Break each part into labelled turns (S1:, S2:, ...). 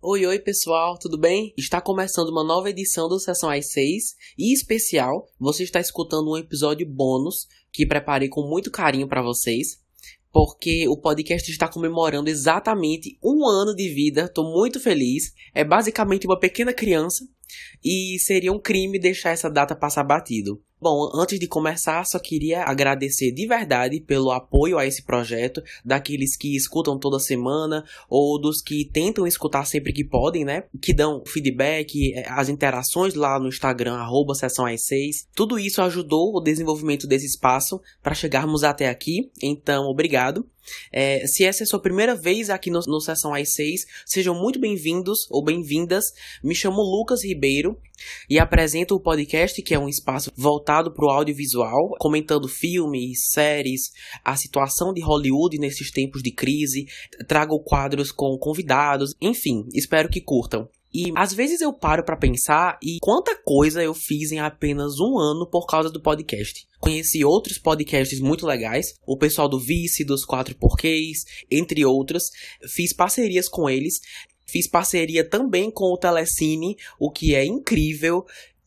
S1: Oi, oi pessoal, tudo bem? Está começando uma nova edição do Sessão às 6 e especial, você está escutando um episódio bônus que preparei com muito carinho para vocês, porque o podcast está comemorando exatamente 1 ano de vida, estou muito feliz, é basicamente uma pequena criança e seria um crime deixar essa data passar batido. Bom, antes de começar, só queria agradecer de verdade pelo apoio a esse projeto, daqueles que escutam toda semana, ou dos que tentam escutar sempre que podem, né? Que dão feedback, as interações lá no Instagram, @sessãoas6. Tudo isso ajudou o desenvolvimento desse espaço para chegarmos até aqui, então obrigado. Se essa é a sua primeira vez aqui no Sessão às 6, sejam muito bem-vindos ou bem-vindas. Me chamo Lucas Ribeiro e apresento o podcast, que é um espaço voltado para o audiovisual, comentando filmes, séries, a situação de Hollywood nesses tempos de crise, trago quadros com convidados, enfim, espero que curtam. E às vezes eu paro pra pensar e quanta coisa eu fiz em apenas 1 ano por causa do podcast. Conheci outros podcasts muito legais, o pessoal do Vice, dos 4 Porquês, entre outros. Fiz parcerias com eles, fiz parceria também com o Telecine, o que é incrível.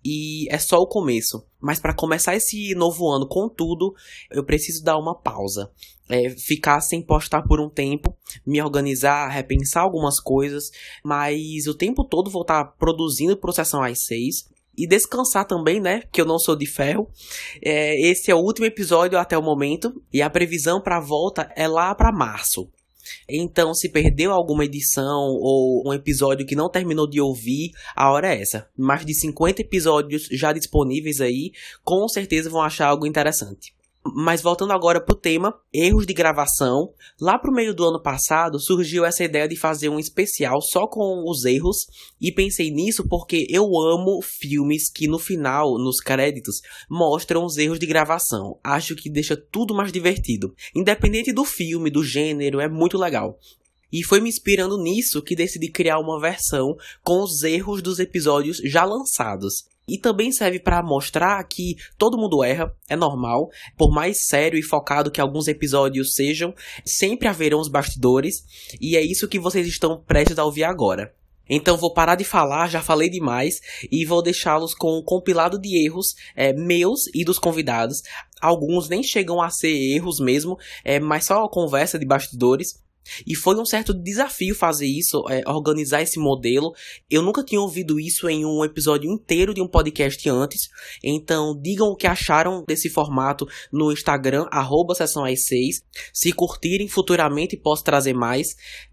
S1: E é só o começo. Mas para começar esse novo ano com tudo, eu preciso dar uma pausa. Ficar sem postar por um tempo, me organizar, repensar algumas coisas, mas o tempo todo vou estar produzindo pro Sessão às 6. E descansar também, né? Que eu não sou de ferro. Esse é o último episódio até o momento. E a previsão para a volta é lá para março. Então, se perdeu alguma edição ou um episódio que não terminou de ouvir, a hora é essa. Mais de 50 episódios já disponíveis aí, com certeza vão achar algo interessante. Mas voltando agora pro tema, erros de gravação. Lá pro meio do ano passado, surgiu essa ideia de fazer um especial só com os erros. E pensei nisso porque eu amo filmes que no final, nos créditos, mostram os erros de gravação. Acho que deixa tudo mais divertido. Independente do filme, do gênero, é muito legal. E foi me inspirando nisso que decidi criar uma versão com os erros dos episódios já lançados. E também serve para mostrar que todo mundo erra, é normal. Por mais sério e focado que alguns episódios sejam, sempre haverão os bastidores. E é isso que vocês estão prestes a ouvir agora. Então vou parar de falar, já falei demais, e vou deixá-los com um compilado de erros meus e dos convidados. Alguns nem chegam a ser erros mesmo, mas só conversa de bastidores. E foi um certo desafio fazer isso, organizar esse modelo. Eu nunca tinha ouvido isso em um episódio inteiro de um podcast antes. Então digam o que acharam desse formato no Instagram, @sessãoas6. Se curtirem, futuramente posso trazer mais.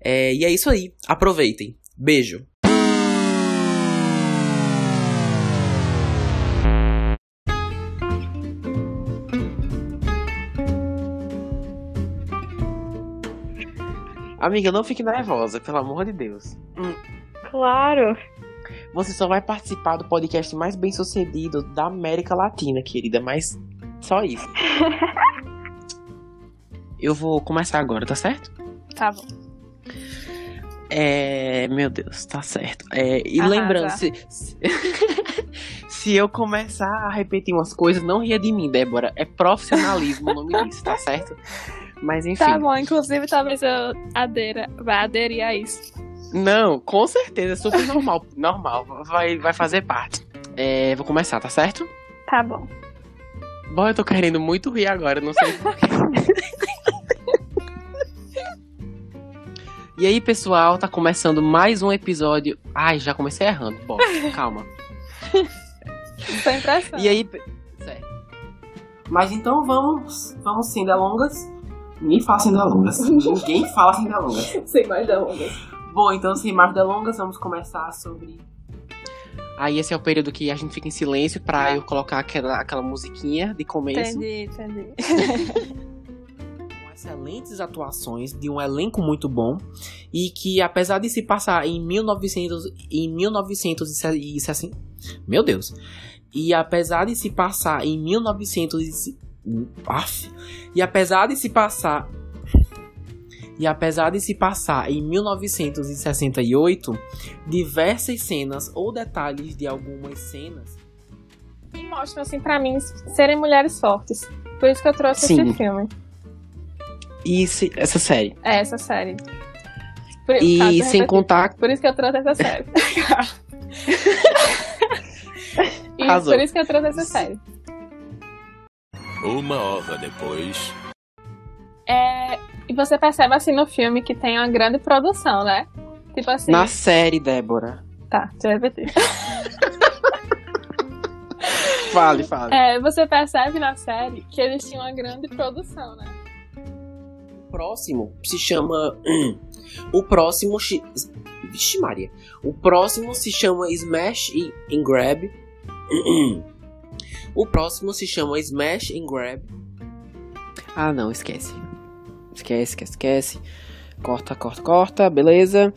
S1: E é isso aí, aproveitem. Beijo. Amiga, não fique nervosa, pelo amor de Deus.
S2: Claro.
S1: Você só vai participar do podcast mais bem sucedido da América Latina, querida, mas só isso. Eu vou começar agora, tá certo?
S2: Tá bom.
S1: Meu Deus, tá certo. E lembrando, se eu começar a repetir umas coisas, não ria de mim, Débora. É profissionalismo o nome disso, tá certo? Mas enfim.
S2: Tá bom, inclusive talvez eu vai aderir a isso.
S1: Não, com certeza, é super normal. Normal, vai fazer parte. Vou começar, tá certo?
S2: Tá bom.
S1: Bom, eu tô querendo muito rir agora, não sei porquê. E aí, pessoal, tá começando mais um episódio. Ai, já comecei errando. Bom, calma.
S2: Tô impressão.
S1: E aí, certo. Mas então vamos sem delongas. Ninguém fala sem delongas. Ninguém fala sem delongas.
S2: Sem mais delongas.
S1: Bom, então sem mais delongas, vamos começar sobre... Aí esse é o período que a gente fica em silêncio pra eu colocar aquela musiquinha de começo.
S2: Entendi.
S1: Com excelentes atuações de um elenco muito bom. E que apesar de se passar em 1960... Meu Deus. E apesar de se passar em 1900... E apesar de se passar em 1968, diversas cenas ou detalhes de algumas cenas
S2: E mostram, assim, pra mim, serem mulheres fortes. Por isso que eu trouxe esse filme.
S1: E essa série?
S2: Essa série.
S1: E sem contar...
S2: Por isso que eu trouxe essa série.
S1: Arrasou.
S2: Por isso que eu trouxe essa série.
S3: 1 hora depois.
S2: E você percebe assim no filme que tem uma grande produção, né? Tipo assim.
S1: Na série, Débora.
S2: Tá, deixa eu repetir.
S1: Fale.
S2: Você percebe na série que eles tinham uma grande produção, né?
S1: O próximo se chama... Vixe Maria. O próximo se chama Smash and Grab. O próximo se chama Smash and Grab. Ah, não, esquece. Esquece. Corta, beleza.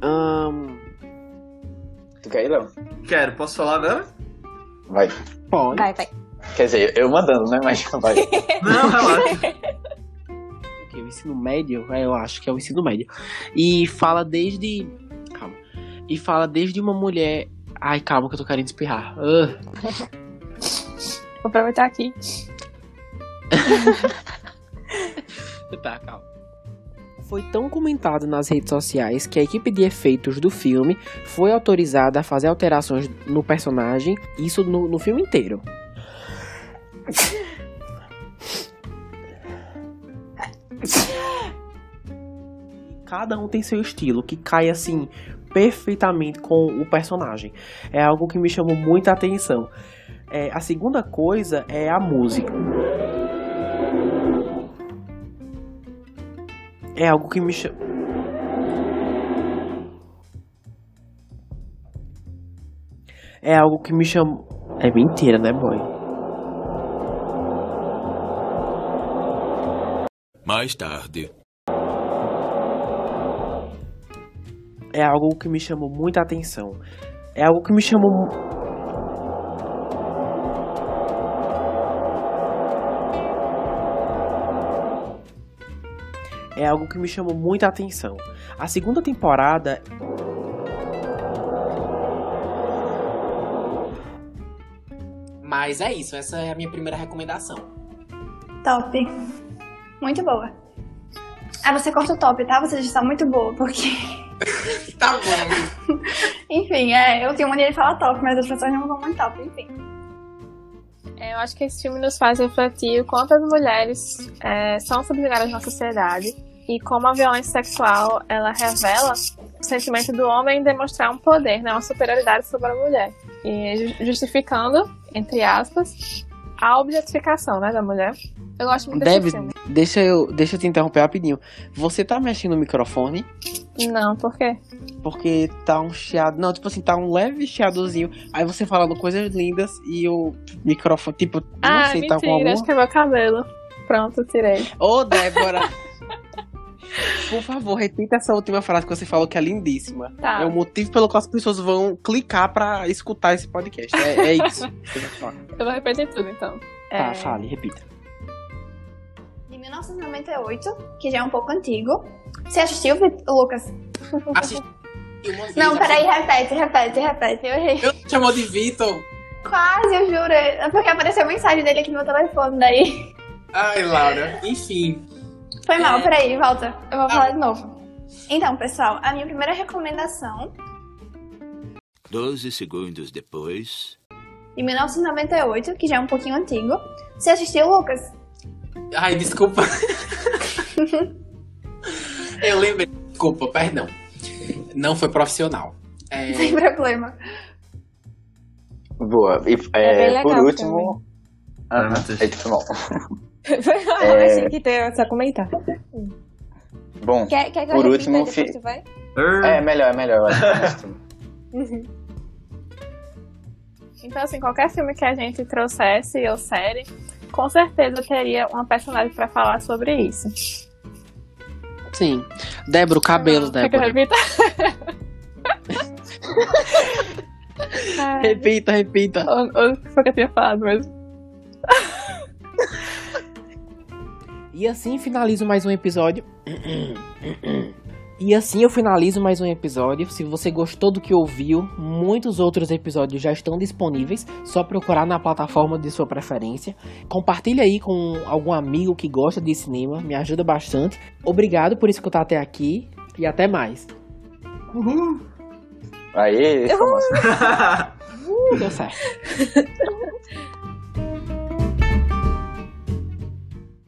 S4: Tu quer ir, Léo?
S5: Quero, posso falar agora?
S4: Vai.
S1: Pode.
S2: Vai.
S4: Quer dizer, eu mandando, né? Mas vai.
S5: Não, relaxa.
S1: O ensino médio, eu acho que é o ensino médio. E fala desde... Calma. E fala desde uma mulher... Ai, calma que eu tô querendo espirrar.
S2: Vou aproveitar aqui.
S1: Tá, calma. Foi tão comentado nas redes sociais que a equipe de efeitos do filme foi autorizada a fazer alterações no personagem, isso no filme inteiro. Cada um tem seu estilo, que cai assim perfeitamente com o personagem. É algo que me chamou muita atenção. A segunda coisa é a música. É algo que me chama... É algo que me chama... É mentira, né, boy?
S3: Mais tarde.
S1: É algo que me chamou muita atenção. É algo que me chamou... É algo que me chamou muita atenção. A segunda temporada... Mas é isso, essa é a minha primeira recomendação.
S6: Top. Muito boa. Você corta o top, tá? Você já está muito boa, porque...
S1: Tá bom.
S6: Enfim, eu tenho mania de falar top, mas as pessoas não vão muito top, enfim.
S2: Eu acho que esse filme nos faz refletir o quanto as mulheres são subjugadas na sociedade e como a violência sexual, ela revela o sentimento do homem em demonstrar um poder, né, uma superioridade sobre a mulher. E justificando, entre aspas, a objetificação, né, da mulher. Eu gosto muito desse filme.
S1: Deixa eu te interromper rapidinho. Você tá mexendo no microfone?
S2: Não, por quê?
S1: Porque tá um chiado... Não, tipo assim, tá um leve chiadozinho. Aí você falando coisas lindas e o microfone, tipo, não sei,
S2: mentira,
S1: tá com alguma...
S2: acho que é meu cabelo. Pronto, tirei.
S1: Ô, Débora! Por favor, repita essa última frase que você falou que é lindíssima.
S2: Tá.
S1: É o motivo pelo qual as pessoas vão clicar pra escutar esse podcast. É isso.
S2: Eu vou repetir tudo, então.
S1: Tá, fale, repita.
S6: De 1998, que já é um pouco antigo. Você assistiu, Lucas?
S1: Assisti uma vez.
S6: Não, peraí, repete. Eu errei.
S1: Eu chamou de Vitor.
S6: Quase, eu juro. É porque apareceu a mensagem dele aqui no meu telefone, daí...
S1: Ai, Laura. Enfim.
S6: Foi mal, peraí, volta. Eu vou falar de novo. Então, pessoal, a minha primeira recomendação...
S3: 12 segundos depois.
S6: De 1998, que já é um pouquinho antigo. Você assistiu, Lucas?
S1: Ai, desculpa. Eu lembrei. Desculpa, perdão. Não foi profissional.
S6: Sem problema.
S4: Boa. E
S2: bem legal
S4: por último... Foi mal.
S2: Achei que ia só comentar.
S4: Bom,
S6: Quer que eu
S4: por
S6: repita
S4: último...
S6: depois tu vai?
S4: Melhor, eu acho.
S2: Então, assim, qualquer filme que a gente trouxesse ou série, com certeza teria uma personagem pra falar sobre isso.
S1: Sim. Débora, o cabelo,
S2: Quer que eu
S1: Débora.
S2: repita?
S1: Repita.
S2: Ou foi que eu tinha falado mesmo?
S1: E assim finalizo mais um episódio. E assim eu finalizo mais um episódio. Se você gostou do que ouviu, muitos outros episódios já estão disponíveis. Só procurar na plataforma de sua preferência. Compartilhe aí com algum amigo que gosta de cinema. Me ajuda bastante. Obrigado por escutar até aqui. E até mais.
S5: Uhul.
S4: Aí, famoso.
S1: Deu certo.